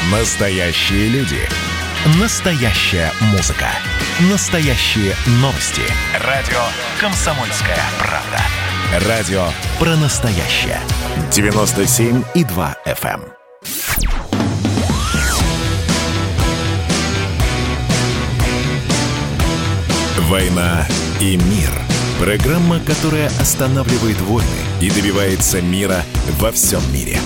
Настоящие люди. Настоящая музыка. Настоящие новости. Радио «Комсомольская правда». Радио про настоящее. 97,2 FM. «Война и мир». Программа, которая останавливает войны и добивается мира во всем мире.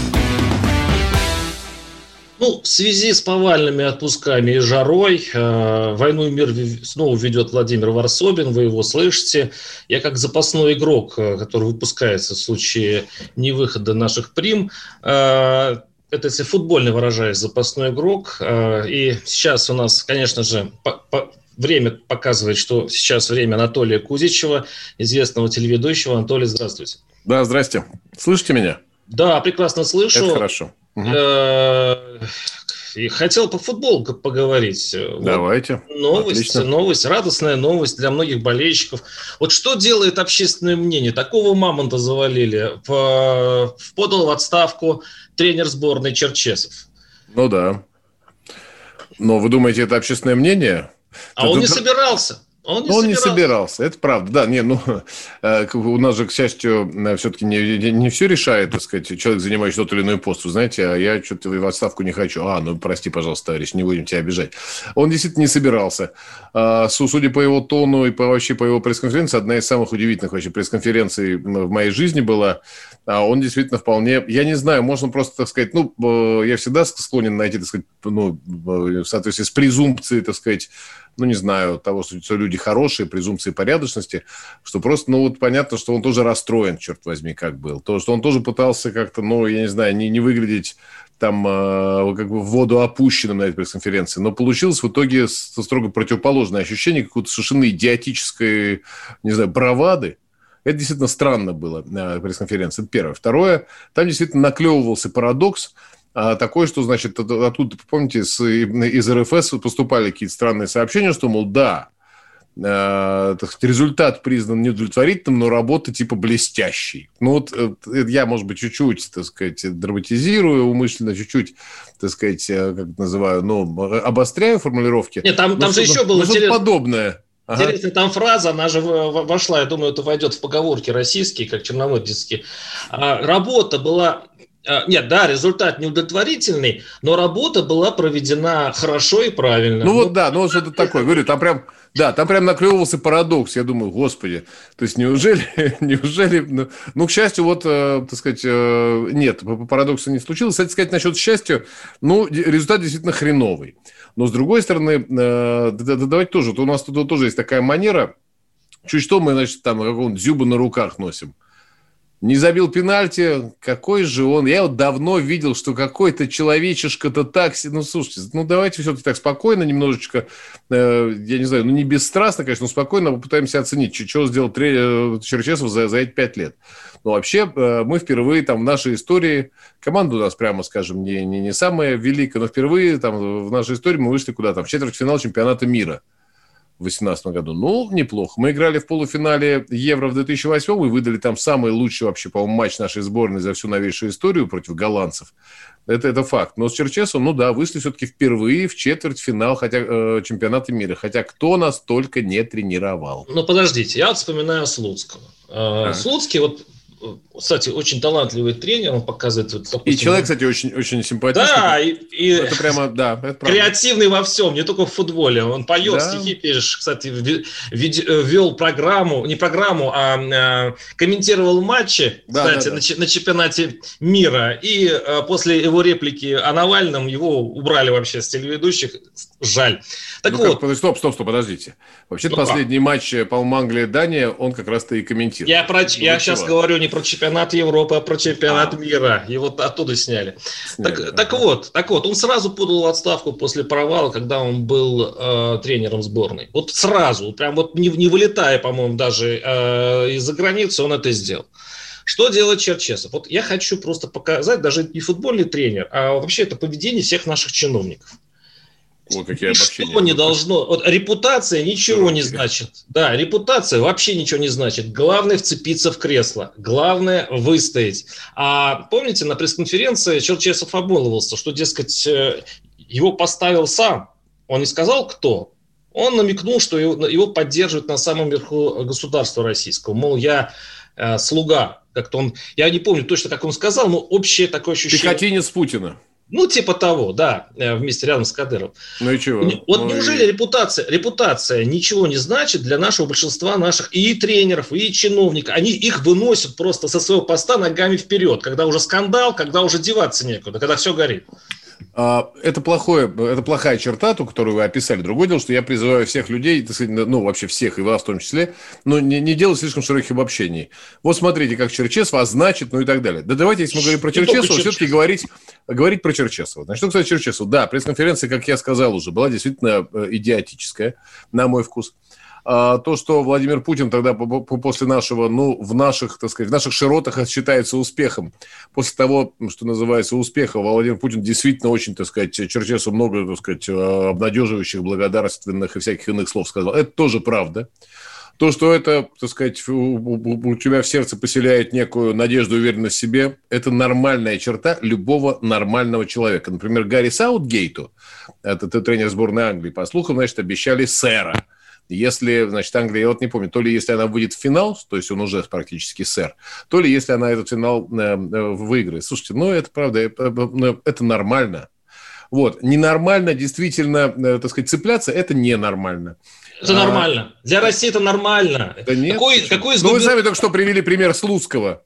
В связи с повальными отпусками и жарой «Войну и мир» снова ведет Владимир Варсобин, вы его слышите. Я как запасной игрок, который выпускается в случае невыхода наших прим, это если футбольно выражаясь, запасной игрок. И сейчас у нас, конечно же, время показывает, что сейчас время Анатолия Кузичева, известного телеведущего. Анатолий, здравствуйте. Да, здрасте. Слышите меня? Да, прекрасно слышу. Это хорошо. И хотел по футболу поговорить. Давайте. Новость, радостная новость для многих болельщиков. Вот что делает общественное мнение? Такого мамонта завалили. Подал в отставку тренер сборной Черчесов. Ну да. Но вы думаете, это общественное мнение? Он не собирался. Он не собирался, это правда. Да, у нас же, к счастью, все-таки не все решает, так сказать, человек, занимающий тот или иной пост, вы знаете, а я что-то в отставку не хочу. Прости, пожалуйста, товарищ, не будем тебя обижать. Он действительно не собирался. Судя по его тону и вообще по его пресс-конференции, одна из самых удивительных вообще пресс-конференций в моей жизни была. Он действительно вполне, я не знаю, можно просто, так сказать, я всегда склонен найти, так сказать, в соответствии с презумпцией, так сказать, не знаю, того, что люди хорошие, презумпции порядочности, что просто, понятно, что он тоже расстроен, черт возьми, как был. То, что он тоже пытался как-то, я не знаю, не выглядеть там как бы в воду опущенным на этой пресс-конференции, но получилось в итоге строго противоположное ощущение какой-то совершенно идиотической, не знаю, бравады. Это действительно странно было на пресс-конференции. Это первое. Второе, там действительно наклевывался парадокс, такое, что, значит, оттуда, помните, из РФС поступали какие-то странные сообщения, что, результат признан неудовлетворительным, но работа типа блестящей. Я, может быть, чуть-чуть, так сказать, драматизирую, умышленно чуть-чуть, так сказать, как это называю, обостряю формулировки. Нет, там же еще было что-то подобное. Интересная там фраза, она же вошла, я думаю, это войдет в поговорки российские, как черномырдинские. Работа была... Нет, да, результат неудовлетворительный, но работа была проведена хорошо и правильно. Что-то такое. Говорю, там прям наклевывался парадокс. Я думаю, господи, то есть неужели, к счастью, так сказать, нет, парадокса не случилось. Кстати сказать, насчет счастья, результат действительно хреновый. Но, с другой стороны, давайте тоже, у нас тут тоже есть такая манера, чуть что мы, значит, там какого-нибудь Дзюба на руках носим. Не забил пенальти, какой же он... Я давно видел, что какой-то человечишка-то так... слушайте, давайте все-таки так спокойно немножечко, я не знаю, не бесстрастно, конечно, но спокойно попытаемся оценить, что сделал Черчесов за эти 5 лет. Вообще, мы впервые в нашей истории, команда у нас, прямо скажем, не самая великая, но впервые в нашей истории мы вышли куда-то, в четвертьфинал чемпионата мира. В 2018 году. Неплохо. Мы играли в полуфинале Евро в 2008 и выдали там самый лучший вообще, по-моему, матч нашей сборной за всю новейшую историю против голландцев. Это факт. Но с Черчесовым, вышли все-таки впервые в четвертьфинал чемпионата мира. Хотя кто нас только не тренировал. Подождите, я вспоминаю Слуцкого. Слуцкий, кстати, очень талантливый тренер, он показывает... И человек, кстати, очень, очень симпатичный. Да, это прямо, да, это правда. Креативный во всем, не только в футболе. Он поет, стихи пишет, кстати, вел программу, не программу, а комментировал матчи, кстати, на чемпионате мира. И после его реплики о Навальном его убрали вообще с телеведущих. Жаль. Стоп, подождите. Вообще-то последний матч, по-моему, Англия-Дания, он как раз-то и комментировал. Я сейчас говорю не про чемпионат Европы, а про чемпионат мира. Его оттуда сняли. Так вот, он сразу подал в отставку после провала, когда он был тренером сборной. Сразу, прям не вылетая, по-моему, даже из-за границы, он это сделал. Что делает Черчесов? Я хочу просто показать, даже не футбольный тренер, а вообще это поведение всех наших чиновников. Ничто не должно. Репутация ничего не значит. Да, репутация вообще ничего не значит. Главное вцепиться в кресло. Главное выстоять. А помните, на пресс-конференции Черчесов обмолвился, что, дескать, его поставил сам. Он не сказал, кто. Он намекнул, что его поддерживают на самом верху государства российского. Мол, я слуга. Как-то он, я не помню точно, как он сказал, но общее такое ощущение. Пехотинец Путина. Ну, типа того, да, вместе рядом с Кадыровым. Ну и чего? Вот неужели репутация ничего не значит для нашего большинства наших и тренеров, и чиновников? Они их выносят просто со своего поста ногами вперед, когда уже скандал, когда уже деваться некуда, когда все горит. Это плохая черта, ту, которую вы описали. Другое дело, что я призываю всех людей, так сказать, ну, вообще всех, и вас в том числе, но не делать слишком широких обобщений. Вот смотрите, как Черчесов, а значит, ну и так далее. Да давайте, если мы говорим про Черчесова, все-таки говорить про Черчесова. Значит, что кстати Черчесова? Да, пресс-конференция, как я сказал уже, была действительно идиотическая, на мой вкус. То, что Владимир Путин тогда после нашего, ну, в наших широтах считается успехом. После того, что называется успехом, Владимир Путин действительно очень, так сказать, Черчесову много, так сказать, обнадеживающих, благодарственных и всяких иных слов сказал. Это тоже правда. То, что это, так сказать, у тебя в сердце поселяет некую надежду и уверенность в себе, это нормальная черта любого нормального человека. Например, Гарри Саутгейту, это тренер сборной Англии, по слухам, значит, обещали сэра. Если, значит, Англия, я вот не помню, то ли если она выйдет в финал, то есть он уже практически сэр, то ли если она этот финал выиграет. Слушайте, ну это правда, это нормально. Вот, ненормально действительно, так сказать, цепляться, это ненормально. Это нормально. Для России это нормально. Да нет. Какой вы сами только что привели пример Слуцкого.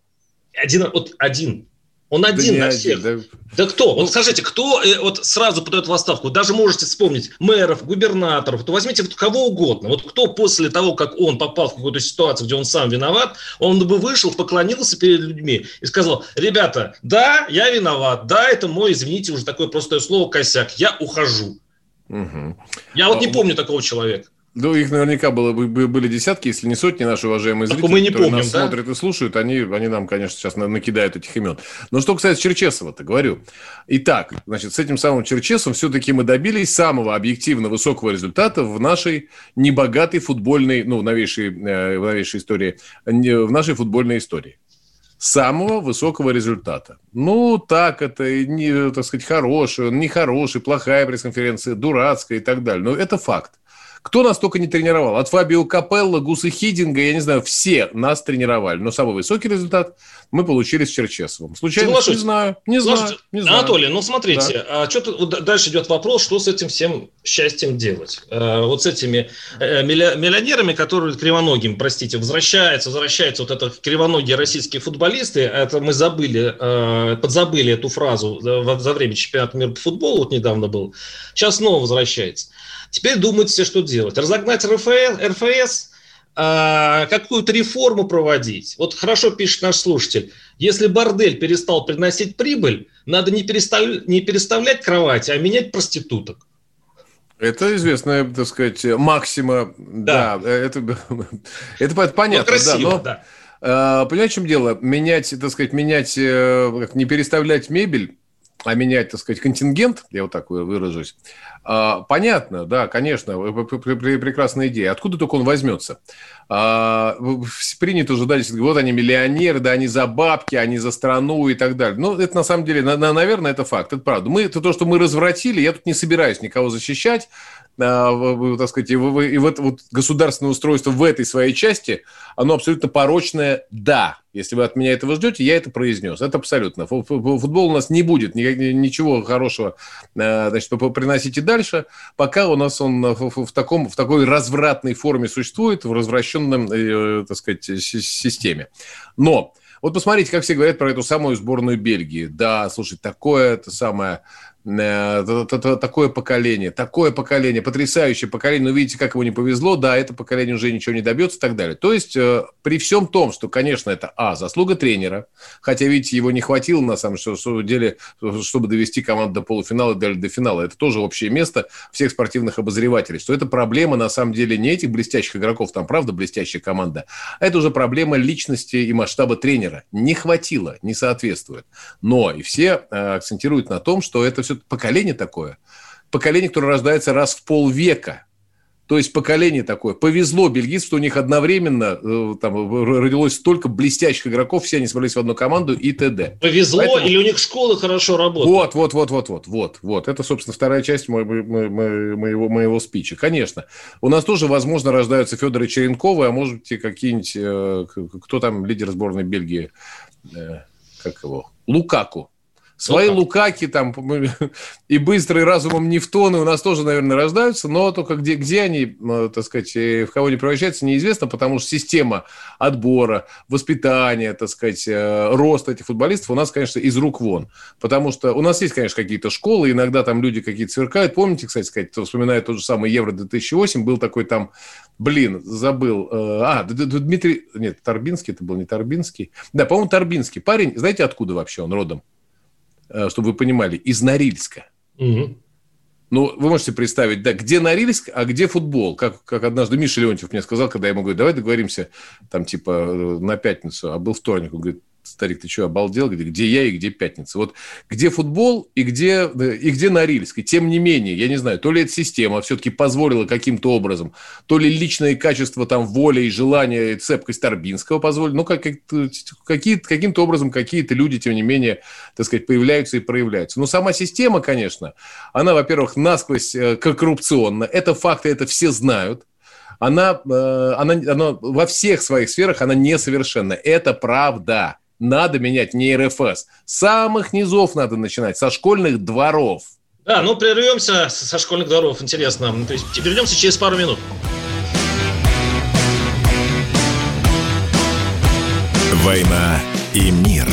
Один. Он один на всех. Да кто? Вот скажите, кто вот сразу подает в отставку? Даже можете вспомнить мэров, губернаторов. То возьмите кого угодно. Вот кто после того, как он попал в какую-то ситуацию, где он сам виноват, он бы вышел, поклонился перед людьми и сказал: ребята, да, я виноват, да, это мой, извините, уже такое простое слово, косяк, я ухожу. Угу. Я вот не помню такого человека. Ну, их наверняка были десятки, если не сотни, наши уважаемые зрители, мы не которые помним, нас смотрят и слушают, они нам, конечно, сейчас накидают этих имен. Но что касается Черчесова-то, говорю. Итак, значит, с этим самым Черчесовым все-таки мы добились самого объективно высокого результата в нашей небогатой футбольной, ну, в новейшей истории, в нашей футбольной истории. Самого высокого результата. Ну, так это, так сказать, хороший, нехороший, плохая пресс-конференция, дурацкая и так далее. Но это факт. Кто нас только не тренировал? От Фабио Капелло, Гуса Хиддинга, я не знаю, все нас тренировали. Но самый высокий результат мы получили с Черчесовым. Случайно? Не знаю. Анатолий, ну смотрите, да. Вот дальше идет вопрос, что с этим всем счастьем делать. Вот с этими миллионерами, которые кривоногими, простите, возвращаются вот это кривоногие российские футболисты, это мы подзабыли эту фразу за время чемпионата мира по футболу, вот недавно был, сейчас снова возвращается. Теперь думают все, что делать. Разогнать РФС, какую-то реформу проводить. Вот хорошо пишет наш слушатель. Если бордель перестал приносить прибыль, надо не переставлять кровати, а менять проституток. Это известная, так сказать, максима. Да, это понятно. Вот красиво, да. Понимаете, в чем дело? Менять, не переставлять мебель, а менять, так сказать, контингент, я вот так выражусь, понятно, да, конечно, прекрасная идея. Откуда только он возьмется? Принято уже, да, вот они миллионеры, да, они за бабки, они за страну и так далее. Ну, это на самом деле, наверное, это факт, это правда. Это то, что мы развратили, я тут не собираюсь никого защищать, так сказать, и вот государственное устройство в этой своей части, оно абсолютно порочное, да. Если вы от меня этого ждете, я это произнес. Это абсолютно. Футбол у нас не будет ничего хорошего, значит, приносить и дальше, пока у нас он в такой развратной форме существует, в развращенном, так сказать, системе. Но вот посмотрите, как все говорят про эту самую сборную Бельгии. Да, слушай, такое поколение, потрясающее поколение, но видите, как ему не повезло, да, это поколение уже ничего не добьется и так далее. То есть, при всем том, что, конечно, это, заслуга тренера, хотя, видите, его не хватило, на самом деле, чтобы довести команду до полуфинала и до финала. Это тоже общее место всех спортивных обозревателей, что это проблема, на самом деле, не этих блестящих игроков, там, правда, блестящая команда, а это уже проблема личности и масштаба тренера. Не хватило, не соответствует. Но и все акцентируют на том, что это все поколение такое. Поколение, которое рождается раз в полвека. То есть поколение такое. Повезло бельгийцам, что у них одновременно там родилось столько блестящих игроков, все они собрались в одну команду и т.д. Повезло, поэтому... или у них школы хорошо работают? Вот. Это, собственно, вторая часть моего спича. Конечно. У нас тоже, возможно, рождаются Федоры Черенковы, а может быть, какие-нибудь... Кто там лидер сборной Бельгии? Как его? Лукаку. Свои Лукаки там и быстрые разумом Нефтоны у нас тоже, наверное, рождаются, но только где они, так сказать, в кого не превращаются, неизвестно, потому что система отбора, воспитания, так сказать, роста этих футболистов у нас, конечно, из рук вон. Потому что у нас есть, конечно, какие-то школы, иногда там люди какие-то сверкают. Помните, кстати сказать, кто вспоминает тот же самый Евро-2008, был такой там, забыл. Дмитрий... Нет, Торбинский, это был не Торбинский. Да, по-моему, Торбинский. Парень, знаете, откуда вообще он родом? Чтобы вы понимали, из Норильска. Угу. Ну, вы можете представить, да, где Норильск, а где футбол? Как однажды Миша Леонтьев мне сказал, когда я ему говорю, давай договоримся там типа на пятницу, а был вторник. Он говорит, старик, ты что, обалдел? Где я и где пятница? Вот где футбол и где Норильск? И тем не менее, я не знаю, то ли эта система все-таки позволила каким-то образом, то ли личные качества, там, воля и желание, и цепкость Торбинского позволили, ну, каким-то образом какие-то люди, тем не менее, так сказать, появляются и проявляются. Но сама система, конечно, она, во-первых, насквозь коррупционна. Это факты, это все знают. Она во всех своих сферах, она несовершенна. Это правда. Надо менять не РФС. С самых низов надо начинать, со школьных дворов. Да, прервемся со школьных дворов, интересно. То есть вернемся через пару минут. «Война и мир».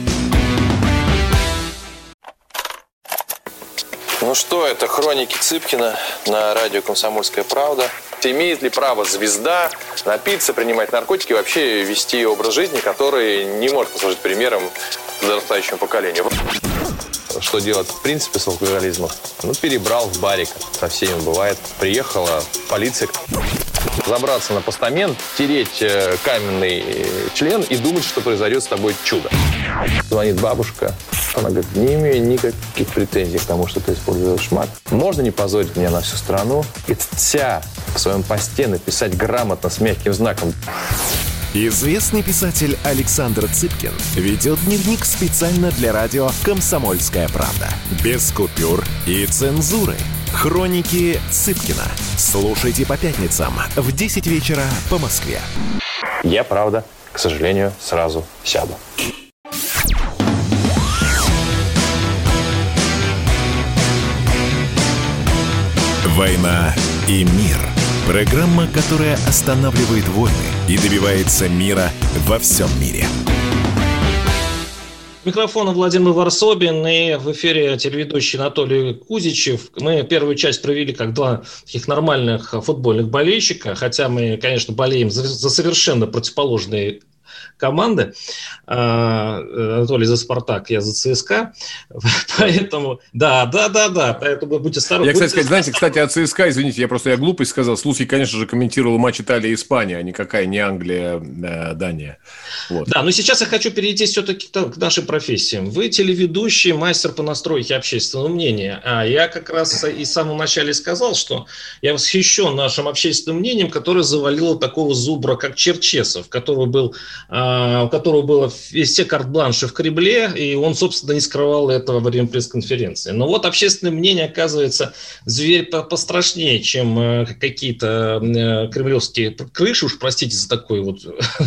Ну что, это хроники Цыпкина на радио «Комсомольская правда». Имеет ли право звезда напиться, принимать наркотики и вообще вести образ жизни, который не может послужить примером подрастающему поколению? Что делать в принципе с алкоголизмом? Перебрал в барик, со всеми бывает. Приехала полиция. Забраться на постамент, тереть каменный член и думать, что произойдет с тобой чудо. Звонит бабушка. Она говорит, не имею никаких претензий к тому, что ты используешь мат. Можно не позорить меня на всю страну и вся в своем посте написать грамотно с мягким знаком. Известный писатель Александр Цыпкин ведет дневник специально для радио «Комсомольская правда». Без купюр и цензуры. Хроники Цыпкина. Слушайте по пятницам в 10 вечера по Москве. Я, правда, к сожалению, сразу сяду. «Война и мир». Программа, которая останавливает войны и добивается мира во всем мире. Микрофон Владимир Варсобин, и в эфире телеведущий Анатолий Кузичев. Мы первую часть провели как два таких нормальных футбольных болельщика, хотя мы, конечно, болеем за совершенно противоположные команды. Анатолий за «Спартак», я за ЦСКА. Поэтому, да. Поэтому будьте осторожны. Я, кстати, о ЦСКА, извините, я глупость сказал. Слушай, конечно же, комментировал матч Италия-Испания, а никакая не Англия, Дания. Вот. Да, но сейчас я хочу перейти все-таки к нашей профессии. Вы телеведущий, мастер по настройке общественного мнения. А я как раз и в самом начале сказал, что я восхищен нашим общественным мнением, которое завалило такого зубра, как Черчесов, у которого было все карт-бланши в Кремле, и он, собственно, не скрывал этого во время пресс-конференции. Но вот общественное мнение, оказывается, зверь пострашнее, чем какие-то кремлевские крыши, уж простите за такую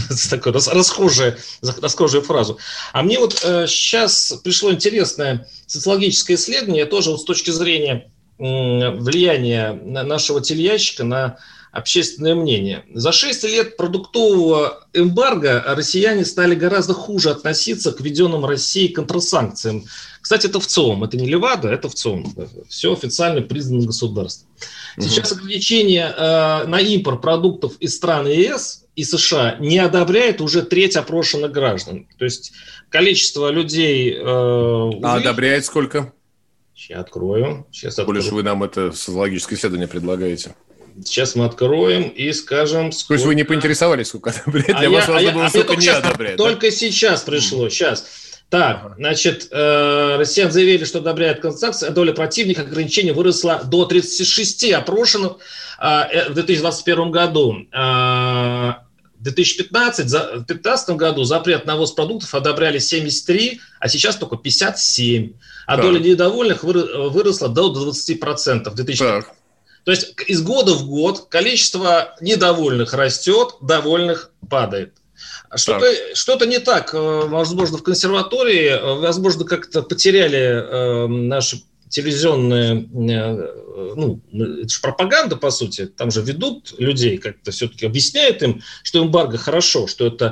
расхожую фразу. А мне вот сейчас пришло интересное социологическое исследование, тоже вот с точки зрения влияния нашего телеящика на общественное мнение. За 6 лет продуктового эмбарго россияне стали гораздо хуже относиться к введенным Россией контрсанкциям. Кстати, это ВЦИОМ, это не Левада, это ВЦИОМ. Все официально признано государством. Сейчас ограничения на импорт продуктов из стран ЕС и США не одобряет уже треть опрошенных граждан. То есть количество людей... А одобряет сколько? Сейчас открою. Более же вы нам это социологическое исследование предлагаете. Сейчас мы откроем и скажем, сколько... То есть вы не поинтересовались, сколько одобряет? Для вас важно было, сколько не одобряет. Только сейчас пришло, сейчас. Так, значит, россияне заявили, что одобряют конституцию, а доля противника ограничений выросла до 36 опрошенных в 2021 году. В 2015 году запрет на ввоз продуктов одобряли 73, а сейчас только 57. А доля недовольных выросла до 20% в 2015. То есть из года в год количество недовольных растет, довольных падает. Что-то не так, возможно, в консерватории, возможно, как-то потеряли наши телевизионные, это же пропаганда, по сути, там же ведут людей, как-то все-таки объясняют им, что эмбарго хорошо, что это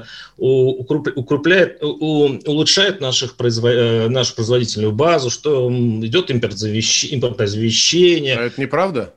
улучшает нашу производительную базу, что идет импортозамещение. А это неправда?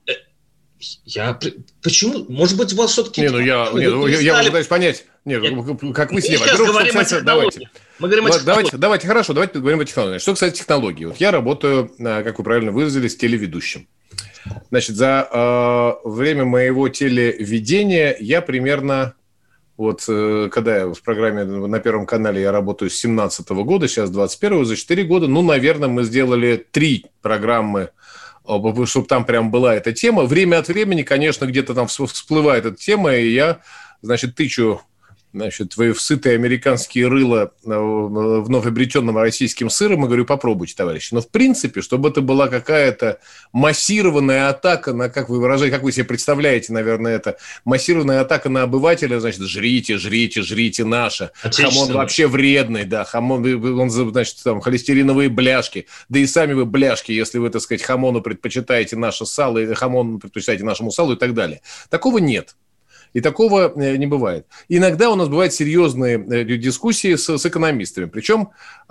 Почему? Может быть, у вас все-таки... я пытаюсь понять. Как вы себе... Сейчас говорим о технологии. Давайте поговорим о технологии. Что касается технологий. Вот я работаю, как вы правильно выразились, телеведущим. Значит, за время моего телеведения я примерно... когда я в программе на Первом канале я работаю с 17 года, сейчас 21-го, за 4 года, наверное, мы сделали 3 программы, чтобы там прям была эта тема. Время от времени, конечно, где-то там всплывает эта тема, и я, тычу, в сытые американские рыла вновь обретенным российским сыром и говорю, попробуйте, товарищи. Но, в принципе, чтобы это была какая-то массированная атака на, как вы себе представляете, наверное, это, массированная атака на обывателя, жрите наше. Хамон вообще вредный, да, хамон, он, холестериновые бляшки. Да и сами вы бляшки, если вы, хамону предпочитаете наше сало, или хамону предпочитаете нашему салу и так далее. Такого нет. И такого не бывает. Иногда у нас бывают серьезные дискуссии с экономистами. Причем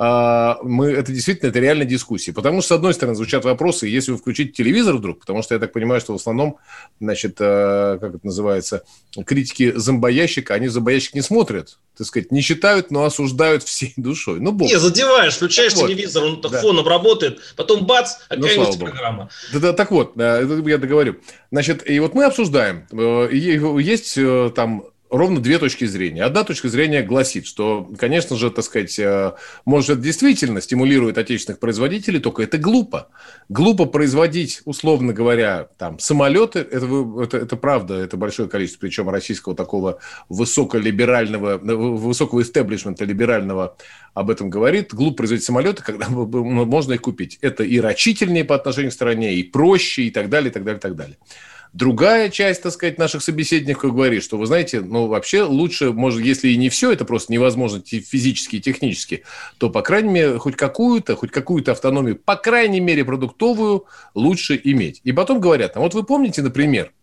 это реально дискуссии. Потому что, с одной стороны, звучат вопросы, если вы включите телевизор вдруг, потому что я так понимаю, что в основном, как это называется, критики зомбоящика, они зомбоящик не смотрят, не читают, но осуждают всей душой. Не, задеваешь, включаешь телевизор, он фоном работает, потом бац, какая-нибудь программа. Так вот, я договорю. И вот мы обсуждаем. Есть там ровно 2 точки зрения. Одна точка зрения гласит, что, конечно же, может, это действительно стимулирует отечественных производителей, только это глупо. Глупо производить, условно говоря, самолеты. Это правда, это большое количество, причем российского такого высокого истеблишмента либерального об этом говорит. Глупо производить самолеты, когда можно их купить. Это и рачительнее по отношению к стране, и проще, и так далее, и так далее, и так далее. Другая часть, наших собеседников говорит, что, вы знаете, вообще лучше, может, если и не все, это просто невозможно физически и технически, то, по крайней мере, хоть какую-то автономию, по крайней мере, продуктовую, лучше иметь. И потом говорят, вот вы помните, например,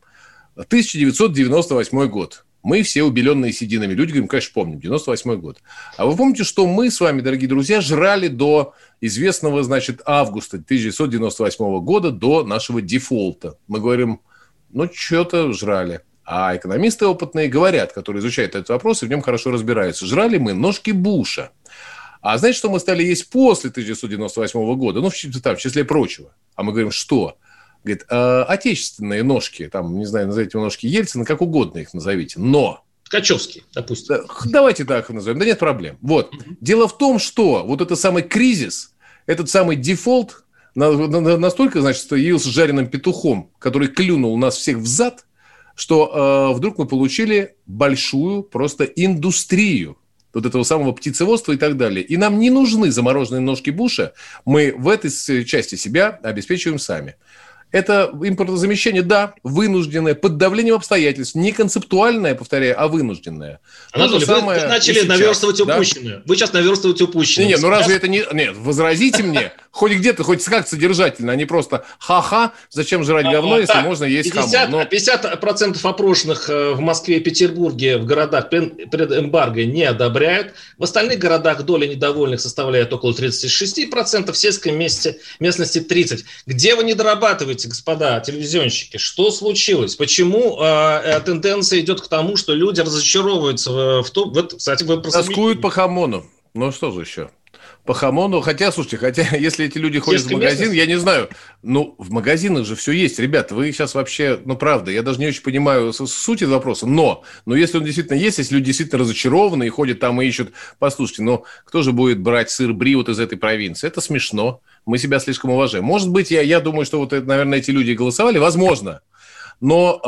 1998 год. Мы все убеленные сединами люди, говорим, конечно, помним, 98 год. А вы помните, что мы с вами, дорогие друзья, жрали до известного, августа 1998 года, до нашего дефолта? Мы говорим... что-то жрали. А экономисты опытные говорят, которые изучают этот вопрос и в нем хорошо разбираются. Жрали мы ножки Буша. А знаете, что мы стали есть после 1998 года? В числе прочего. А мы говорим, что? Говорит, отечественные ножки, назовите ножки Ельцина, как угодно их назовите, но... Ткачевские, допустим. Давайте так их назовем, да нет проблем. Дело в том, что вот этот самый кризис, этот самый дефолт, настолько, явился жареным петухом, который клюнул нас всех в зад, что вдруг мы получили большую просто индустрию вот этого самого птицеводства и так далее. И нам не нужны замороженные ножки Буша, мы в этой части себя обеспечиваем сами. Это импортозамещение, да, вынужденное, под давлением обстоятельств, не концептуальное, повторяю, а вынужденное. Анатолий, вы начали наверстывать упущенное. Да? Вы сейчас наверстываете упущенное. Разве это не... Нет, возразите мне, хоть где-то, хоть как содержательно, а не просто ха-ха, зачем жрать говно, если можно есть хамон. 50% опрошенных в Москве и Петербурге в городах пред эмбарго не одобряют. В остальных городах доля недовольных составляет около 36%, в сельской местности 30%. Где вы не дорабатываете, господа телевизионщики? Что случилось? Почему тенденция идет к тому, что люди разочаровываются в том... Кстати, вы тоскуют по хамону. Что же еще? По хамону. Хотя, слушайте, если эти люди ходят в магазин, я не знаю. Ну, в магазинах же все есть. Ребята, вы сейчас вообще, ну, правда, я даже не очень понимаю суть этого вопроса. Но если он действительно есть, если люди действительно разочарованы и ходят там и ищут, послушайте, ну, кто же будет брать сыр бри вот из этой провинции? Это смешно. Мы себя слишком уважаем. Может быть, я думаю, что вот, наверное, эти люди голосовали. Возможно. Но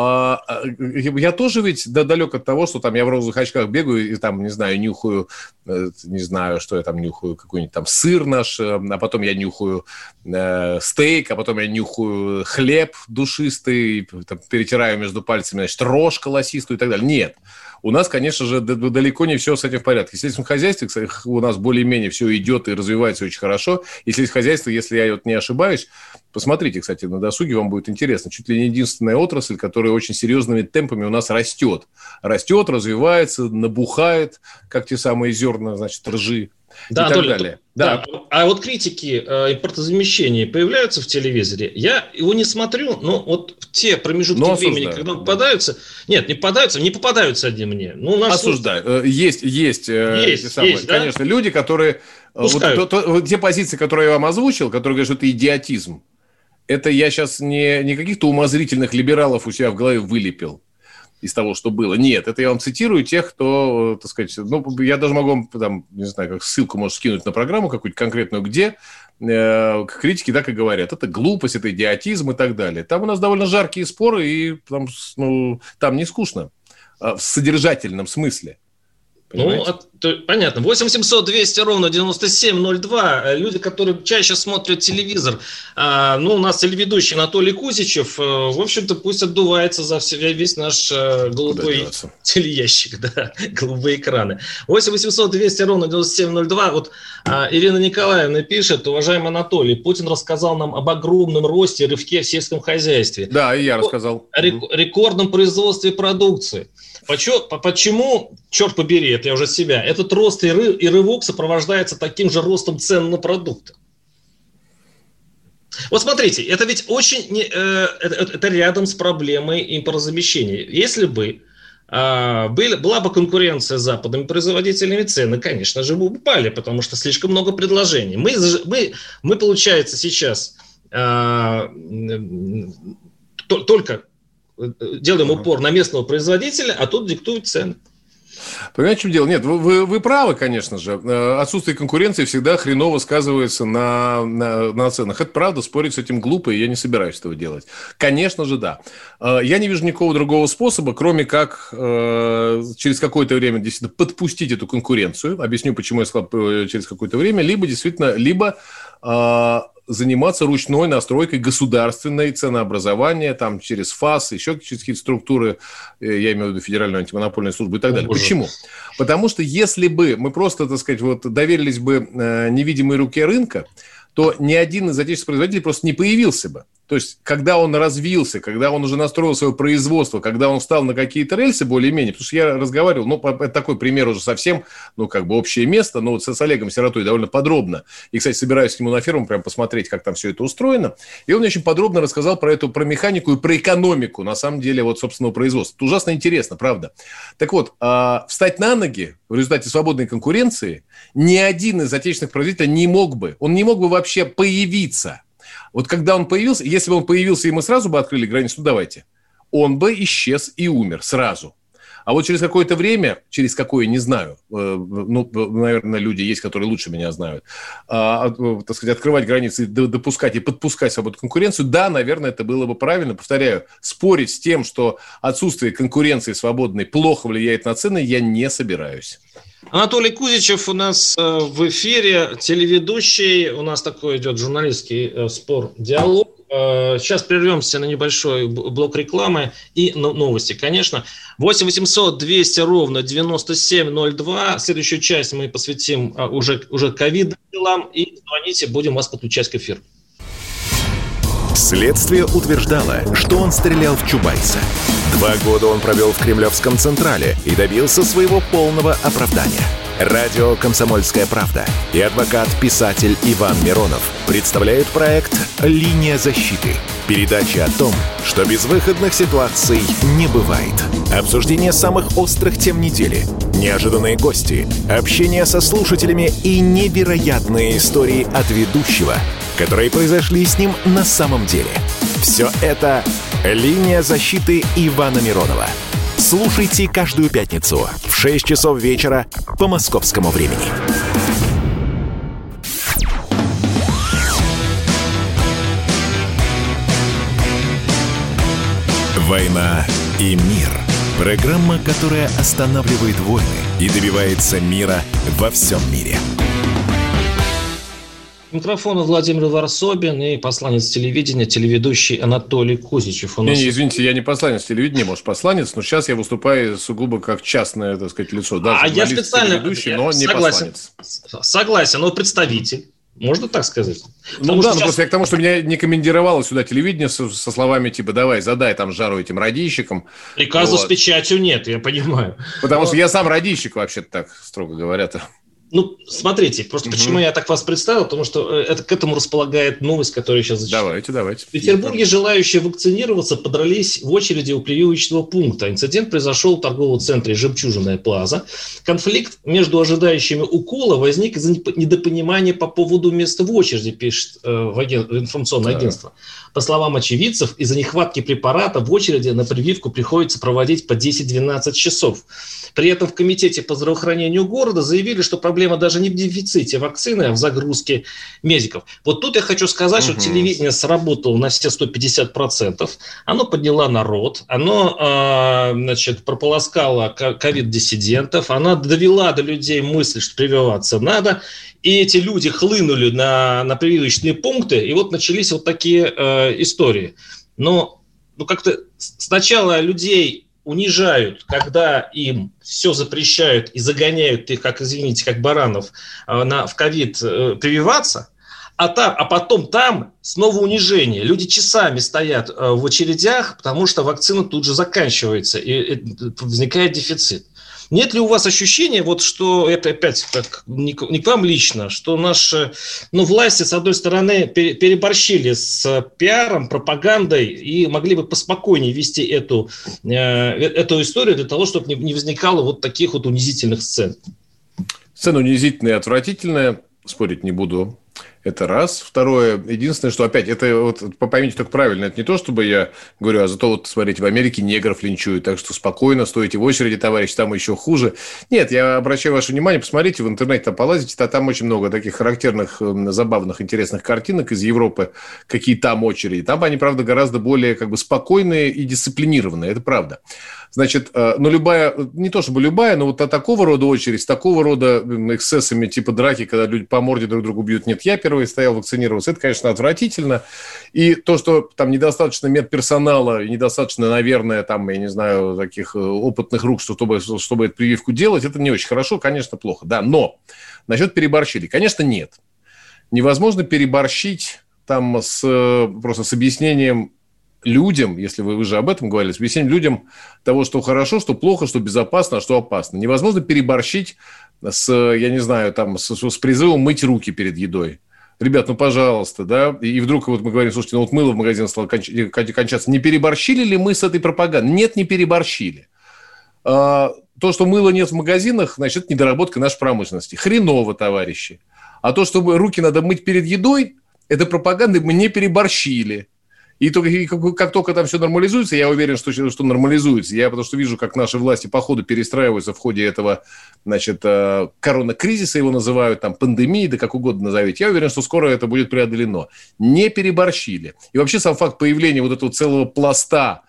я тоже ведь далек от того, что там я в розовых очках бегаю и там, не знаю, нюхаю, не знаю, что я там нюхаю, какой-нибудь там сыр наш, а потом я нюхаю стейк, а потом я нюхаю хлеб душистый, там, перетираю между пальцами, значит, рожь колосистую и так далее. Нет. У нас, конечно же, далеко не все с этим в порядке. В сельском хозяйстве, кстати, у нас более-менее все идет и развивается очень хорошо. И сельское хозяйство, если я вот не ошибаюсь, посмотрите, кстати, на досуге, вам будет интересно. Чуть ли не единственная отрасль, которая очень серьезными темпами у нас растет. Растет, развивается, набухает, как те самые зерна, значит, ржи. Да, и так далее. Да. А вот критики импортозамещения появляются в телевизоре. Я его не смотрю, но вот в те промежутки времени, когда попадаются... Нет, не попадаются одни мне. Ну, осуждаю. Есть, конечно, да? Люди, которые... Вот те позиции, которые я вам озвучил, которые говорят, что это идиотизм, это я сейчас не каких-то умозрительных либералов у себя в голове вылепил из того, что было. Нет, это я вам цитирую тех, кто, так сказать, ну, я даже могу вам, там, не знаю, как ссылку, может, скинуть на программу какую-то конкретную, где критики так и говорят. Это глупость, это идиотизм и так далее. Там у нас довольно жаркие споры, и там не скучно в содержательном смысле. Понимаете? Понятно. 8-800-200-97-02. Люди, которые чаще смотрят телевизор. У нас телеведущий Анатолий Кузичев. В общем-то, пусть отдувается за весь наш голубой телеящик. Да, голубые экраны. 8-800-200-97-02. Вот Ирина Николаевна пишет: уважаемый Анатолий, Путин рассказал нам об огромном росте и рывке в сельском хозяйстве. Да, и я рассказал. О рекордном производстве продукции. Почему, черт побери, это я уже себя, этот рост и рывок сопровождается таким же ростом цен на продукты? Вот смотрите, это ведь очень... Это рядом с проблемой импортозамещения. Если бы была бы конкуренция с западными производителями, цены, конечно же, бы упали, потому что слишком много предложений. Мы получается, сейчас только... делаем упор на местного производителя, а тут диктуют цены. Понимаете, в чем дело? Нет, вы правы, конечно же. Отсутствие конкуренции всегда хреново сказывается на ценах. Это правда, спорить с этим глупо, и я не собираюсь этого делать. Конечно же, да. Я не вижу никакого другого способа, кроме как через какое-то время действительно подпустить эту конкуренцию. Объясню, почему я сказал через какое-то время. Либо заниматься ручной настройкой государственной ценообразования, там, через ФАС, еще через какие-то структуры, я имею в виду Федеральную антимонопольную службу и так далее. Почему? Потому что если бы мы просто, так сказать, доверились бы невидимой руке рынка, то ни один из отечественных производителей просто не появился бы. То есть, когда он развился, когда он уже настроил свое производство, когда он встал на какие-то рельсы более-менее, потому что я разговаривал, это такой пример уже совсем, общее место, но с Олегом Сиротой довольно подробно. И, кстати, собираюсь к нему на ферму прям посмотреть, как там все это устроено. И он очень подробно рассказал про механику и про экономику, на самом деле, собственного производства. Это ужасно интересно, правда. Так вот, встать на ноги в результате свободной конкуренции ни один из отечественных производителей не мог бы вообще появиться. Вот когда он появился, если бы он появился, и мы сразу бы открыли границу, давайте, он бы исчез и умер сразу. А вот через какое-то время, не знаю, наверное, люди есть, которые лучше меня знают, так сказать, открывать границы, допускать и подпускать свободную конкуренцию, да, наверное, это было бы правильно. Повторяю, спорить с тем, что отсутствие конкуренции свободной плохо влияет на цены, я не собираюсь. Анатолий Кузичев у нас в эфире, телеведущий, у нас такой идет журналистский спор, диалог. Сейчас прервемся на небольшой блок рекламы и новости, конечно. 8-800-200-97-02. Следующую часть мы посвятим уже ковидным делам. И звоните, будем вас подключать к эфиру. Следствие утверждало, что он стрелял в Чубайса. 2 года он провел в Кремлевском Централе и добился своего полного оправдания. Радио «Комсомольская правда» и адвокат-писатель Иван Миронов представляют проект «Линия защиты». Передача о том, что безвыходных ситуаций не бывает. Обсуждение самых острых тем недели, неожиданные гости, общение со слушателями и невероятные истории от ведущего, которые произошли с ним на самом деле. Все это «Линия защиты» Ивана Миронова. Слушайте каждую пятницу в 6 часов вечера по московскому времени. «Война и мир». Программа, которая останавливает войны и добивается мира во всем мире. Микрофон Владимир Варсобин и посланец телевидения, телеведущий Анатолий Кузичев. Извините, я не посланец телевидения, может, посланец, но сейчас я выступаю сугубо как частное, так сказать, лицо. Да, я специально, телеведущий, но не посланец. Согласен, но представитель. Можно так сказать? Просто я к тому, что меня не командировало сюда телевидение со словами типа «давай, задай там жару этим радищикам». Приказа с печатью нет, я понимаю. Потому что я сам радищик, вообще-то так, строго говоря-то. Смотрите, просто почему я так вас представил, потому что это к этому располагает новость, которую я сейчас зачитаю. Давайте. В Петербурге желающие вакцинироваться подрались в очереди у прививочного пункта. Инцидент произошел в торговом центре «Жемчужная Плаза». Конфликт между ожидающими укола возник из-за недопонимания по поводу места в очереди, пишет информационное агентство. По словам очевидцев, из-за нехватки препарата в очереди на прививку приходится проводить по 10-12 часов. При этом в Комитете по здравоохранению города заявили, что проблема даже не в дефиците вакцины, а в загрузке медиков. Вот тут я хочу сказать, что телевидение сработало на все 150%. Оно подняло народ, оно прополоскало ковид-диссидентов, оно довела до людей мысль, что прививаться надо. И эти люди хлынули на прививочные пункты, и вот начались вот такие истории. Но как-то сначала людей унижают, когда им все запрещают и загоняют их, как баранов, в ковид прививаться, а потом там снова унижение. Люди часами стоят в очередях, потому что вакцина тут же заканчивается, и возникает дефицит. Нет ли у вас ощущения, что это опять не к вам лично, что наши власти, с одной стороны, переборщили с пиаром, пропагандой и могли бы поспокойнее вести эту историю для того, чтобы не возникало вот таких вот унизительных сцен? Сцена унизительная и отвратительная, спорить не буду. Это раз. Второе, единственное, что опять, это поймите только правильно, это не то, чтобы я говорю, а зато смотрите, в Америке негров линчуют, так что спокойно стойте в очереди, товарищ, там еще хуже. Нет, я обращаю ваше внимание, посмотрите в интернете, там полазите, там очень много таких характерных, забавных, интересных картинок из Европы, какие там очереди. Там они, правда, гораздо более спокойные и дисциплинированные, это правда. Значит, любая, не то чтобы любая, но такого рода очередь, с такого рода эксцессами типа драки, когда люди по морде друг другу бьют, нет, я первый стоял вакцинироваться, это, конечно, отвратительно. И то, что там недостаточно медперсонала и недостаточно, наверное, там, я не знаю, таких опытных рук, чтобы эту прививку делать, это не очень хорошо, конечно, плохо. Да, но насчет переборщили, конечно, нет. Невозможно переборщить там просто с объяснением людям, если вы же об этом говорили, объяснить людям того, что хорошо, что плохо, что безопасно, а что опасно. Невозможно переборщить с призывом мыть руки перед едой. Ребят, пожалуйста, да, и вдруг мы говорим, слушайте, мыло в магазине стало кончаться. Не переборщили ли мы с этой пропагандой? Нет, не переборщили. То, что мыла нет в магазинах, значит, это недоработка нашей промышленности. Хреново, товарищи. А то, что руки надо мыть перед едой, это пропаганда, мы не переборщили. И как только там все нормализуется, я уверен, что нормализуется. Я потому что вижу, как наши власти по ходу перестраиваются в ходе этого, коронакризиса его называют, там, пандемии, да как угодно назовите. Я уверен, что скоро это будет преодолено. Не переборщили. И вообще сам факт появления вот этого целого пласта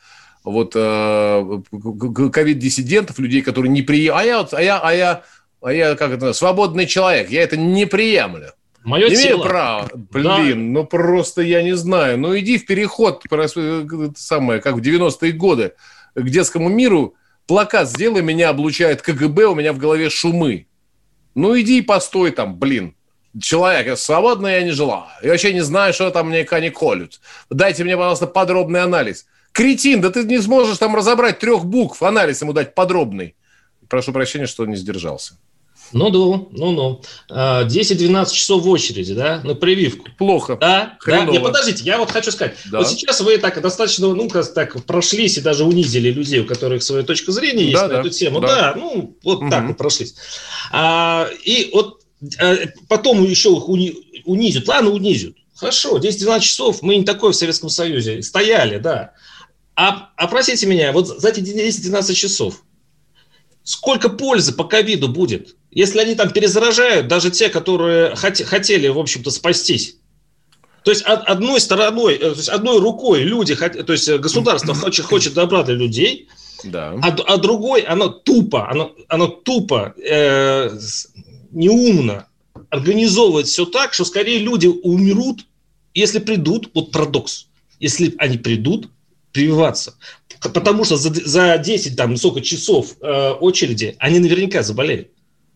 ковид-диссидентов, людей, которые не приемлют. А я свободный человек, я это не приемлю. Мое имею тело. право. Блин, да. Просто я не знаю. Иди в переход, как в 90-е годы, к детскому миру. Плакат сделай, меня облучает КГБ, у меня в голове шумы. Иди и постой там, блин. Человек, свободно я не желаю. Я вообще не знаю, что там мне не колют. Дайте мне, пожалуйста, подробный анализ. Кретин, да ты не сможешь там разобрать 3 букв. Анализ ему дать подробный. Прошу прощения, что не сдержался. Ну. 10-12 часов в очереди, да, на прививку. Плохо. Да, хреново. да. Не, подождите, я вот хочу сказать. Да. Вот сейчас вы так достаточно, так прошлись и даже унизили людей, у которых своя точка зрения есть на эту тему. Да, так вот прошлись. И вот потом еще их унизят. Ладно, унизят. Хорошо, 10-12 часов, мы не такое в Советском Союзе. Стояли, да. Опросите меня, вот за эти 10-12 часов, сколько пользы по ковиду будет, если они там перезаражают, даже те, которые хотели, в общем-то, спастись? То есть одной стороной, то есть одной рукой люди, то есть государство хочет добра для людей, да. а другой оно тупо, неумно организовывает все так, что скорее люди умрут, если придут, вот парадокс, если они придут прививаться. Потому что за 10 часов очереди они наверняка заболеют.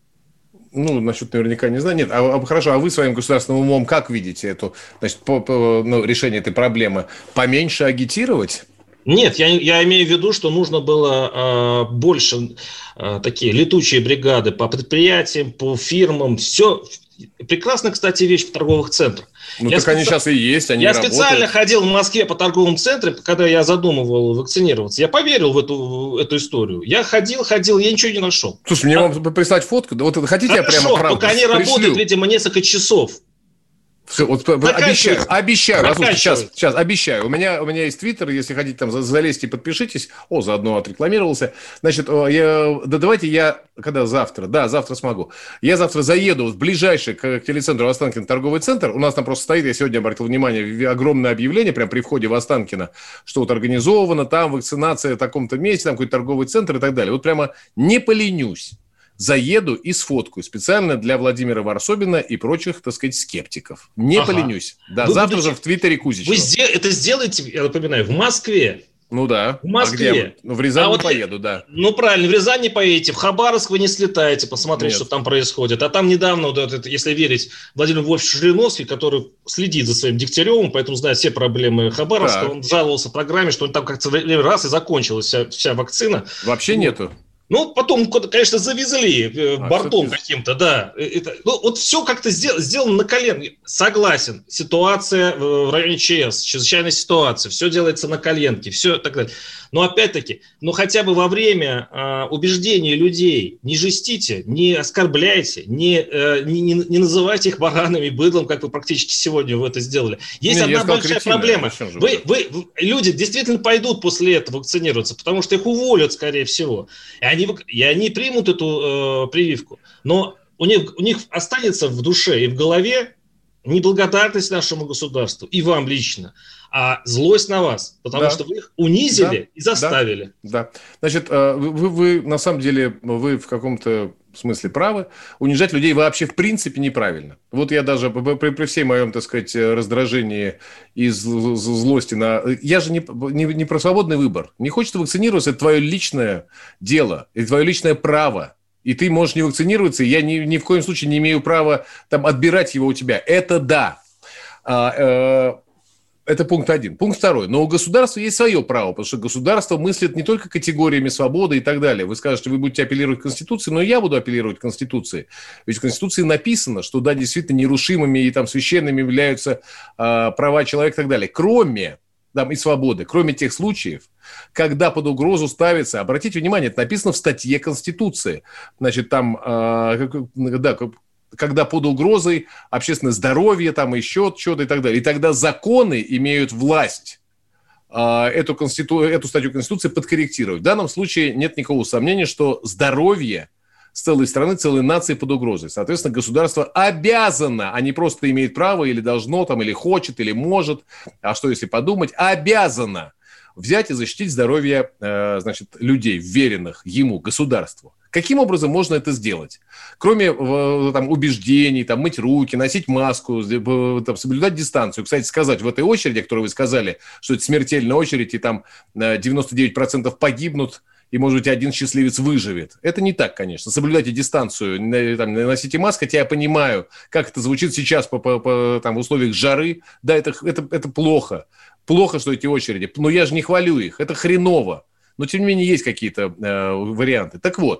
Ну, насчет наверняка не знаю. Нет, хорошо, а вы своим государственным умом как видите это, значит, решение этой проблемы? Поменьше агитировать? Нет, я имею в виду, что нужно было больше такие летучие бригады по предприятиям, по фирмам, все. Прекрасная, кстати, вещь в торговых центрах. Ну, так они сейчас и есть, они работают. Я специально ходил в Москве по торговым центрам, когда я задумывал вакцинироваться. Я поверил в эту историю. Я ходил, я ничего не нашел. Слушай, мне вам прислать фотку? Да вот хотите, я прямо правду только они работают, видимо, несколько часов. Все, вот обещаю. Сейчас, обещаю. У меня есть Твиттер, если хотите, там залезьте и подпишитесь. Заодно отрекламировался. Значит, давайте я, завтра смогу. Я завтра заеду в ближайший к телецентру Останкино торговый центр. У нас там просто стоит, я сегодня обратил внимание, огромное объявление прямо при входе в Останкино, что вот организовано, там вакцинация в таком-то месте, там какой-то торговый центр и так далее. Вот прямо не поленюсь. Заеду и сфоткаю специально для Владимира Варсобина и прочих, так сказать, скептиков. Не поленюсь. Да, завтра же в Твиттере Кузичева. Вы это сделаете, я напоминаю, в Москве. Ну да. В Москве. В Рязань не поеду, да. Ну правильно, в Рязань не поедете, в Хабаровск вы не слетаете, посмотреть, что там происходит. А там недавно, если верить Владимиру Вольфовичу Жириновский, который следит за своим Дегтяревым, поэтому знает все проблемы Хабаровска, он жаловался в программе, что он там как-то раз и закончилась вся вакцина. Вообще нету. Ну, потом, конечно, завезли бортом каким-то, да. Вот все как-то сделано на коленке. Согласен, ситуация в районе ЧС, чрезвычайная ситуация, все делается на коленке, все так далее. Но опять-таки, хотя бы во время убеждения людей не жестите, не оскорбляйте, не называйте их баранами, быдлом, как вы практически сегодня вы это сделали. Есть одна большая проблема. Люди действительно пойдут после этого вакцинироваться, потому что их уволят, скорее всего. И они примут эту прививку. Но у них останется в душе и в голове неблагодарность нашему государству и вам лично, а злость на вас, потому что вы их унизили и заставили. Да. Значит, вы на самом деле, вы в каком-то смысле правы. Унижать людей вообще в принципе неправильно. Вот я даже при всей моем, так сказать, раздражении и злости я же не про свободный выбор. Не хочется вакцинироваться, это твое личное дело, это твое личное право. И ты можешь не вакцинироваться, и я ни в коем случае не имею права отбирать его у тебя. Это да. Это пункт 1. Пункт 2. Но у государства есть свое право, потому что государство мыслит не только категориями свободы и так далее. Вы скажете, вы будете апеллировать к Конституции, но я буду апеллировать к Конституции. Ведь в Конституции написано, что да, действительно нерушимыми и священными являются права человека и так далее. Кроме и свободы, кроме тех случаев, когда под угрозу ставится, обратите внимание, это написано в статье Конституции, значит, когда под угрозой общественное здоровье, еще что-то и так далее. И тогда законы имеют власть эту статью Конституции подкорректировать. В данном случае нет никакого сомнения, что здоровье целой страны, целой нации под угрозой. Соответственно, государство обязано, а не просто имеет право или должно, или хочет, или может, а что если подумать, обязано взять и защитить здоровье, людей, вверенных ему, государству. Каким образом можно это сделать? Кроме убеждений, мыть руки, носить маску, соблюдать дистанцию. Кстати, сказать в этой очереди, о которой вы сказали, что это смертельная очередь, и 99% погибнут, и, может быть, один счастливец выживет. Это не так, конечно. Соблюдайте дистанцию, носите маску, хотя я понимаю, как это звучит сейчас в условиях жары. Да, это плохо. Плохо, что эти очереди. Но я же не хвалю их. Это хреново. Но, тем не менее, есть какие-то варианты. Так вот,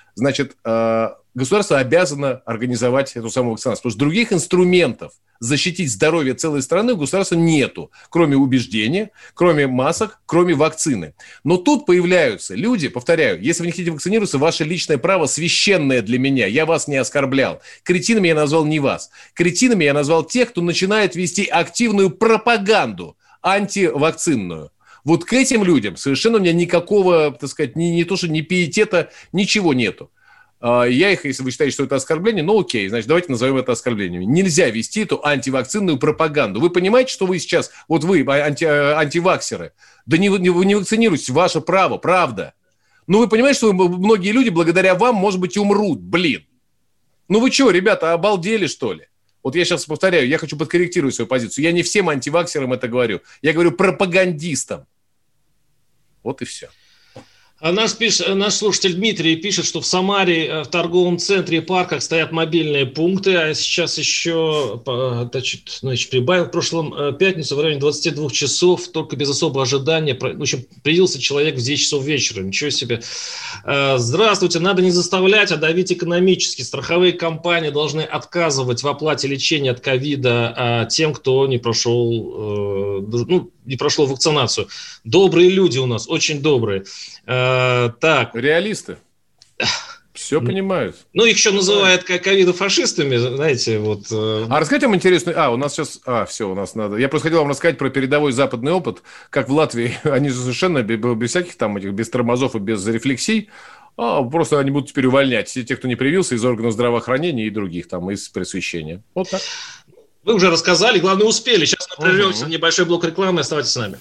значит, государство обязано организовать эту самую вакцинацию. Потому что других инструментов защитить здоровье целой страны у государства нету, кроме убеждения, кроме масок, кроме вакцины. Но тут появляются люди, повторяю, если вы не хотите вакцинироваться, ваше личное право священное для меня, я вас не оскорблял. Кретинами я назвал не вас. Кретинами я назвал тех, кто начинает вести активную пропаганду антивакцинную. Вот к этим людям совершенно у меня никакого, так сказать, не то, что ни пиетета, ничего нету. Я их, если вы считаете, что это оскорбление, ну окей, значит, давайте назовем это оскорблением. Нельзя вести эту антивакцинную пропаганду. Вы понимаете, что вы сейчас, вот вы, антиваксеры, да не вакцинируйтесь, ваше право, правда. Ну вы понимаете, что многие люди благодаря вам, может быть, и умрут, блин. Ну вы что, ребята, обалдели, что ли? Вот я сейчас повторяю, я хочу подкорректировать свою позицию. Я не всем антиваксерам это говорю. Я говорю пропагандистам. Вот и все. А наш слушатель Дмитрий пишет, что в Самаре в торговом центре и парках стоят мобильные пункты, а сейчас еще прибавил в прошлом пятницу в районе 22 часов, только без особого ожидания. В общем, появился человек в 10 часов вечера. Ничего себе. Здравствуйте. Надо не заставлять, а давить экономически. Страховые компании должны отказывать в оплате лечения от ковида тем, кто не прошел вакцинацию. Добрые люди у нас, очень добрые. Так. Реалисты. Все понимают. Ну, их еще называют ковидофашистами, знаете, вот. А расскажите вам интересную... у нас сейчас... все, у нас надо... Я просто хотел вам рассказать про передовой западный опыт, как в Латвии, они же совершенно без всяких там этих, без тормозов и без рефлексий, просто они будут теперь увольнять все те, кто не привился из органов здравоохранения и других там, из просвещения. Вот так. Вы уже рассказали, главное, успели. Сейчас мы прервемся на небольшой блок рекламы. Оставайтесь с нами.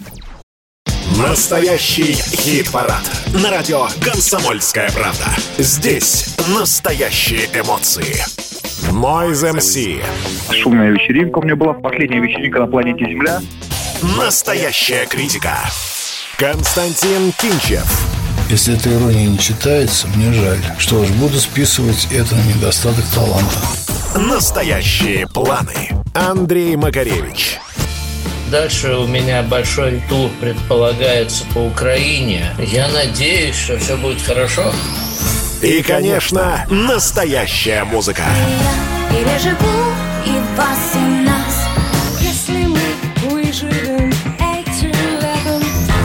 Настоящий хит-парад на радио «Комсомольская правда». Здесь настоящие эмоции. Noise MC. Шумная вечеринка у меня была. Последняя вечеринка на планете Земля. Настоящая критика. Константин Кинчев. Если эта ирония не читается, мне жаль. Что ж, буду списывать это на недостаток таланта. Настоящие планы. Андрей Макаревич. Дальше у меня большой тур предполагается по Украине. Я надеюсь, что все будет хорошо. И, конечно, настоящая музыка. Я живу и вас, и нас. Если мы выживем эти летом.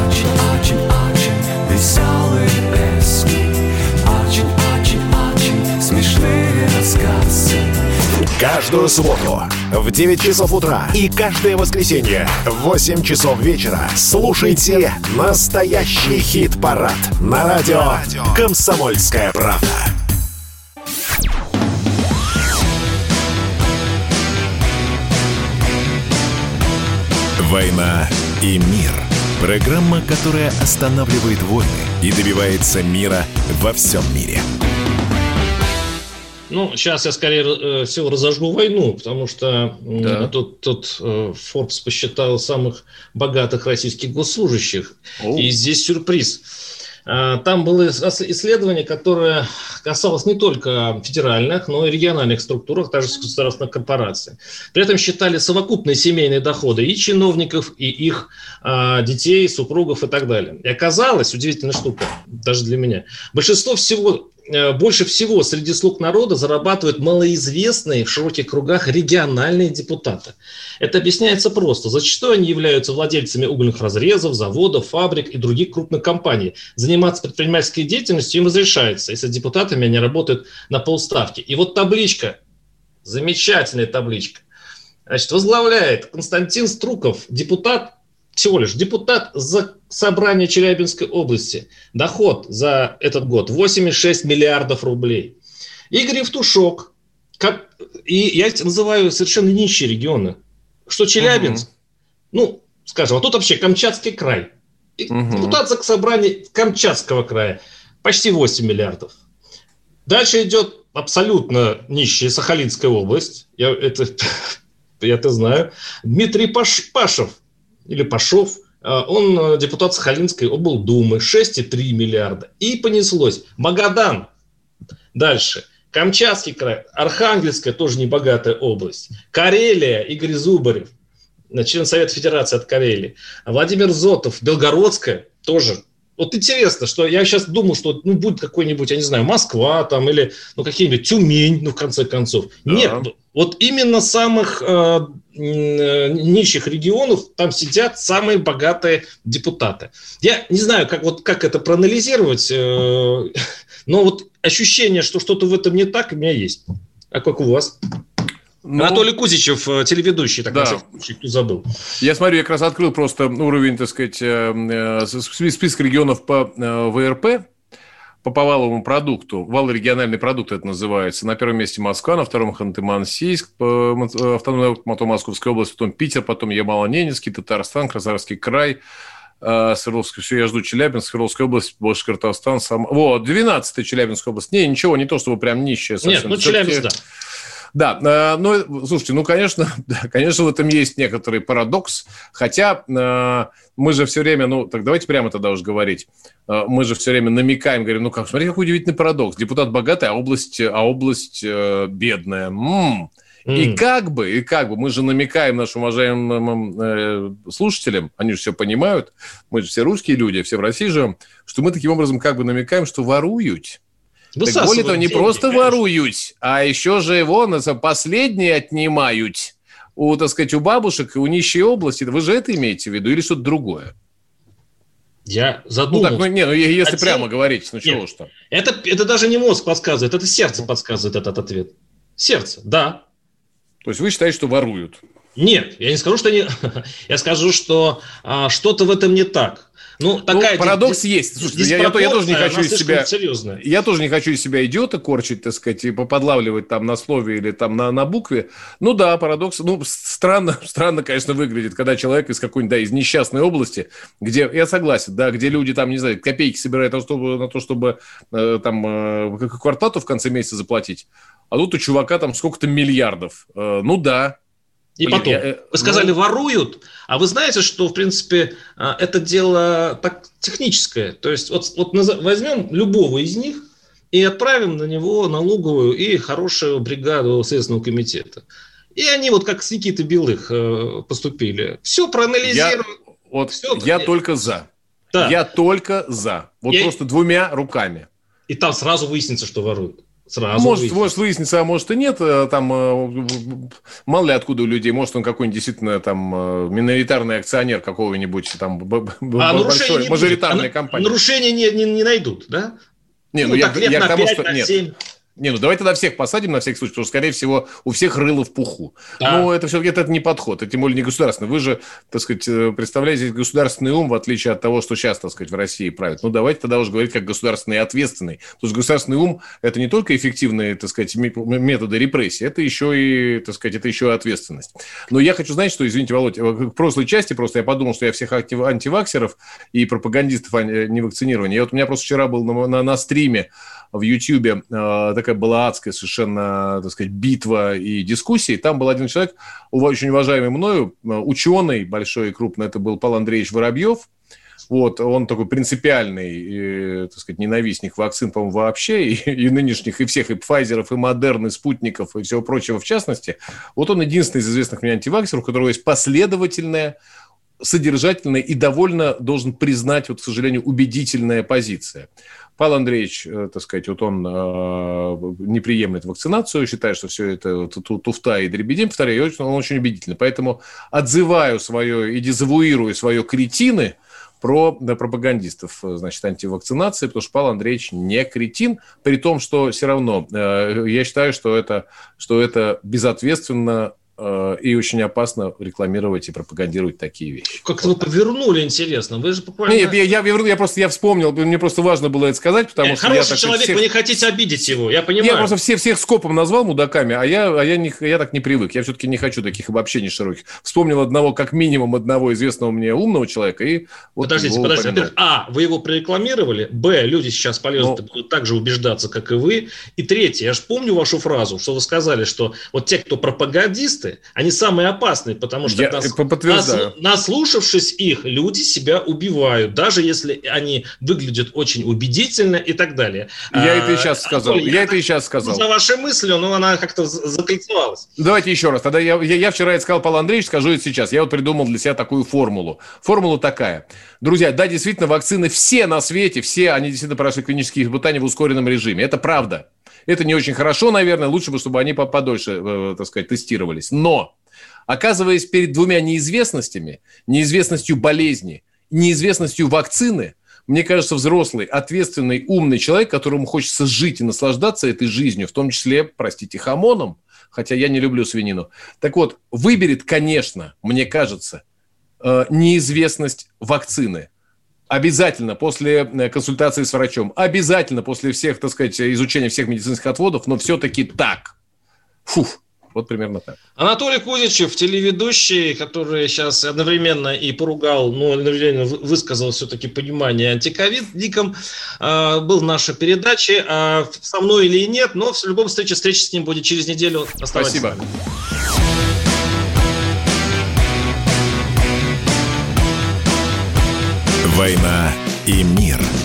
Очень-очень веселые песни. Очень-очень-очень смешные рассказы. Каждую субботу в 9 часов утра и каждое воскресенье в 8 часов вечера слушайте настоящий хит-парад на радио «Комсомольская правда». «Война и мир» – программа, которая останавливает войны и добивается мира во всем мире. Ну, сейчас я, скорее всего, разожгу войну, потому что тут Forbes посчитал самых богатых российских госслужащих. И здесь сюрприз. Там было исследование, которое касалось не только федеральных, но и региональных структур, также государственных корпораций. При этом считали совокупные семейные доходы и чиновников, и их детей, супругов и так далее. И оказалось, удивительная штука, даже для меня, больше всего среди слуг народа зарабатывают малоизвестные в широких кругах региональные депутаты. Это объясняется просто. Зачастую они являются владельцами угольных разрезов, заводов, фабрик и других крупных компаний. Заниматься предпринимательской деятельностью им разрешается, если депутатами они работают на полставки. И вот табличка, замечательная табличка, значит, возглавляет Константин Струков, депутат, всего лишь депутат за собрание Челябинской области. Доход за этот год 8,6 миллиардов рублей. Игорь Евтушок, и я называю совершенно нищие регионы, что Челябинск, скажем, а тут вообще Камчатский край. Депутат за собрание Камчатского края почти 8 миллиардов. Дальше идет абсолютно нищая Сахалинская область. Я это знаю. Дмитрий Пашов, или Пашов, он депутат Сахалинской облдумы, 6,3 миллиарда. И понеслось. Магадан. Дальше. Камчатский край, Архангельская, тоже небогатая область. Карелия, Игорь Зубарев, член Совета Федерации от Карелии. Владимир Зотов, Белгородская, тоже Вот интересно, что я сейчас думал, что будет какой-нибудь, я не знаю, Москва там или какие-нибудь Тюмень, в конце концов. Да. Нет, вот именно самых нищих регионов там сидят самые богатые депутаты. Я не знаю, как это проанализировать, но вот ощущение, что что-то в этом не так, у меня есть. А как у вас? Анатолий Кузичев, телеведущий, так на всякий случай, кто забыл. Я смотрю, я как раз открыл просто уровень, так сказать, список регионов по ВРП, по валовому продукту. Валорегиональный продукт это называется. На первом месте Москва, на втором Ханты-Мансийск, автономная, потом Московская область, потом Питер, потом Ямало-Ненецкий, Татарстан, Краснодарский край, Свердловская, все, я жду Челябинск, Свердловская область, Башкортостан, 12-я Челябинская область. Ничего, не то, чтобы прям нищая совсем. Нет, Челябинск, да. Да, слушайте, конечно, в этом есть некоторый парадокс, хотя мы же все время, так давайте прямо тогда уж говорить, мы же все время намекаем, говорим, смотри, какой удивительный парадокс, депутат богатый, а область бедная. И как бы, мы же намекаем нашим уважаемым слушателям, они же все понимают, мы же все русские люди, все в России живем, что мы таким образом как бы намекаем, что воруют. Так более того, не просто воруют, а еще же последние отнимают у бабушек и у нищей области. Вы же это имеете в виду или что-то другое? Я задумался. Если прямо говорить, чего что? Это даже не мозг подсказывает, это сердце подсказывает этот ответ. Сердце, да. То есть вы считаете, что воруют? Нет, я не скажу, что они... Я скажу, что что-то в этом не так. Парадокс есть. Слушайте, я тоже не хочу из себя... Серьезная. Я тоже не хочу из себя идиота корчить, так сказать, и подлавливать там на слове или там на букве. Парадокс... Странно, конечно, выглядит, когда человек из какой-нибудь, из несчастной области, где, я согласен, где люди там, не знаю, копейки собирают на то, чтобы там квартплату в конце месяца заплатить, а тут у чувака там сколько-то миллиардов. И потом, вы сказали, воруют, а вы знаете, что, в принципе, это дело так техническое. То есть, возьмем любого из них и отправим на него налоговую и хорошую бригаду Следственного комитета. И они как с Никитой Белых поступили. Все проанализируют. Я только за. Да. Я только за. Просто двумя руками. И там сразу выяснится, что воруют. Может выясниться, а может и нет. Там мало ли откуда у людей. Может, он какой-нибудь действительно там миноритарный акционер какого-нибудь там большой мажоритарной компании. Нарушения не найдут, да? Я к тому, что нет. Давай тогда всех посадим на всякий случай, потому что, скорее всего, у всех рыло в пуху. Да. Это все-таки это не подход, это тем более не государственный. Вы же, так сказать, представляете государственный ум, в отличие от того, что сейчас, так сказать, в России правит. Давайте тогда уже говорить как государственный и ответственный. Потому что государственный ум – это не только эффективные, так сказать, методы репрессии, это еще и, так сказать, это еще и ответственность. Но я хочу знать, что, извините, Володь, в прошлой части просто я подумал, что я всех антиваксеров и пропагандистов невакцинирования. У меня просто вчера был на стриме в Ютьюбе такая была адская совершенно, так сказать, битва и дискуссии. Там был один человек, очень уважаемый мною, ученый большой и крупный, это был Павел Андреевич Воробьев. Он такой принципиальный, так сказать, ненавистник вакцин, по-моему, вообще, и нынешних, и всех, и Pfizer'ов, и Модерн, и Спутников, и всего прочего в частности. Он единственный из известных мне антиваксеров, у которого есть последовательная, содержательная и довольно, должен признать, к сожалению, убедительная позиция. Павел Андреевич, так сказать, он не приемлет вакцинацию, считает, что все это туфта и дребедень, повторяю, он очень убедительный. Поэтому отзываю свое и дезавуирую свое кретины про пропагандистов, значит, антивакцинации, потому что Павел Андреевич не кретин, при том, что все равно я считаю, что это безответственно и очень опасно рекламировать и пропагандировать такие вещи. Как-то вы повернули, интересно. Вы же буквально... Нет, я вспомнил, мне просто важно было это сказать, потому что... Хороший человек, вы не хотите обидеть его, я понимаю. Я просто всех скопом назвал мудаками, а я так не привык. Я все-таки не хочу таких обобщений широких. Вспомнил как минимум одного известного мне умного человека, и Подождите. Во-первых, вы его прорекламировали, люди сейчас полезут будут так же убеждаться, как и вы. И третье, я же помню вашу фразу, что вы сказали, что те, кто пропагандисты, террористы. Они самые опасные, потому что наслушавшись их, люди себя убивают, даже если они выглядят очень убедительно и так далее. Я это и сейчас сказал. За ваши мысли, но она как-то закольцевалась. Давайте еще раз. Тогда я вчера это сказал Павлу Андреевичу, скажу это сейчас. Я вот придумал для себя такую формулу. Формула такая. Друзья, да, действительно, вакцины все на свете, все они действительно прошли клинические испытания в ускоренном режиме. Это правда. Это не очень хорошо, наверное. Лучше бы, чтобы они подольше, так сказать, тестировались. Но, оказываясь перед двумя неизвестностями, неизвестностью болезни, неизвестностью вакцины, мне кажется, взрослый, ответственный, умный человек, которому хочется жить и наслаждаться этой жизнью, в том числе, простите, хамоном, хотя я не люблю свинину. Так вот, выберет, конечно, мне кажется, неизвестность вакцины. Обязательно после консультации с врачом, обязательно после всех, так сказать, изучения всех медицинских отводов, но все-таки так. Вот примерно так. Анатолий Кузичев, телеведущий, который сейчас одновременно и поругал, но одновременно высказал все-таки понимание антиковидникам, был в нашей передаче. Со мной или нет, но в любом случае встреча с ним будет через неделю. Оставайтесь. Спасибо. «Война и мир».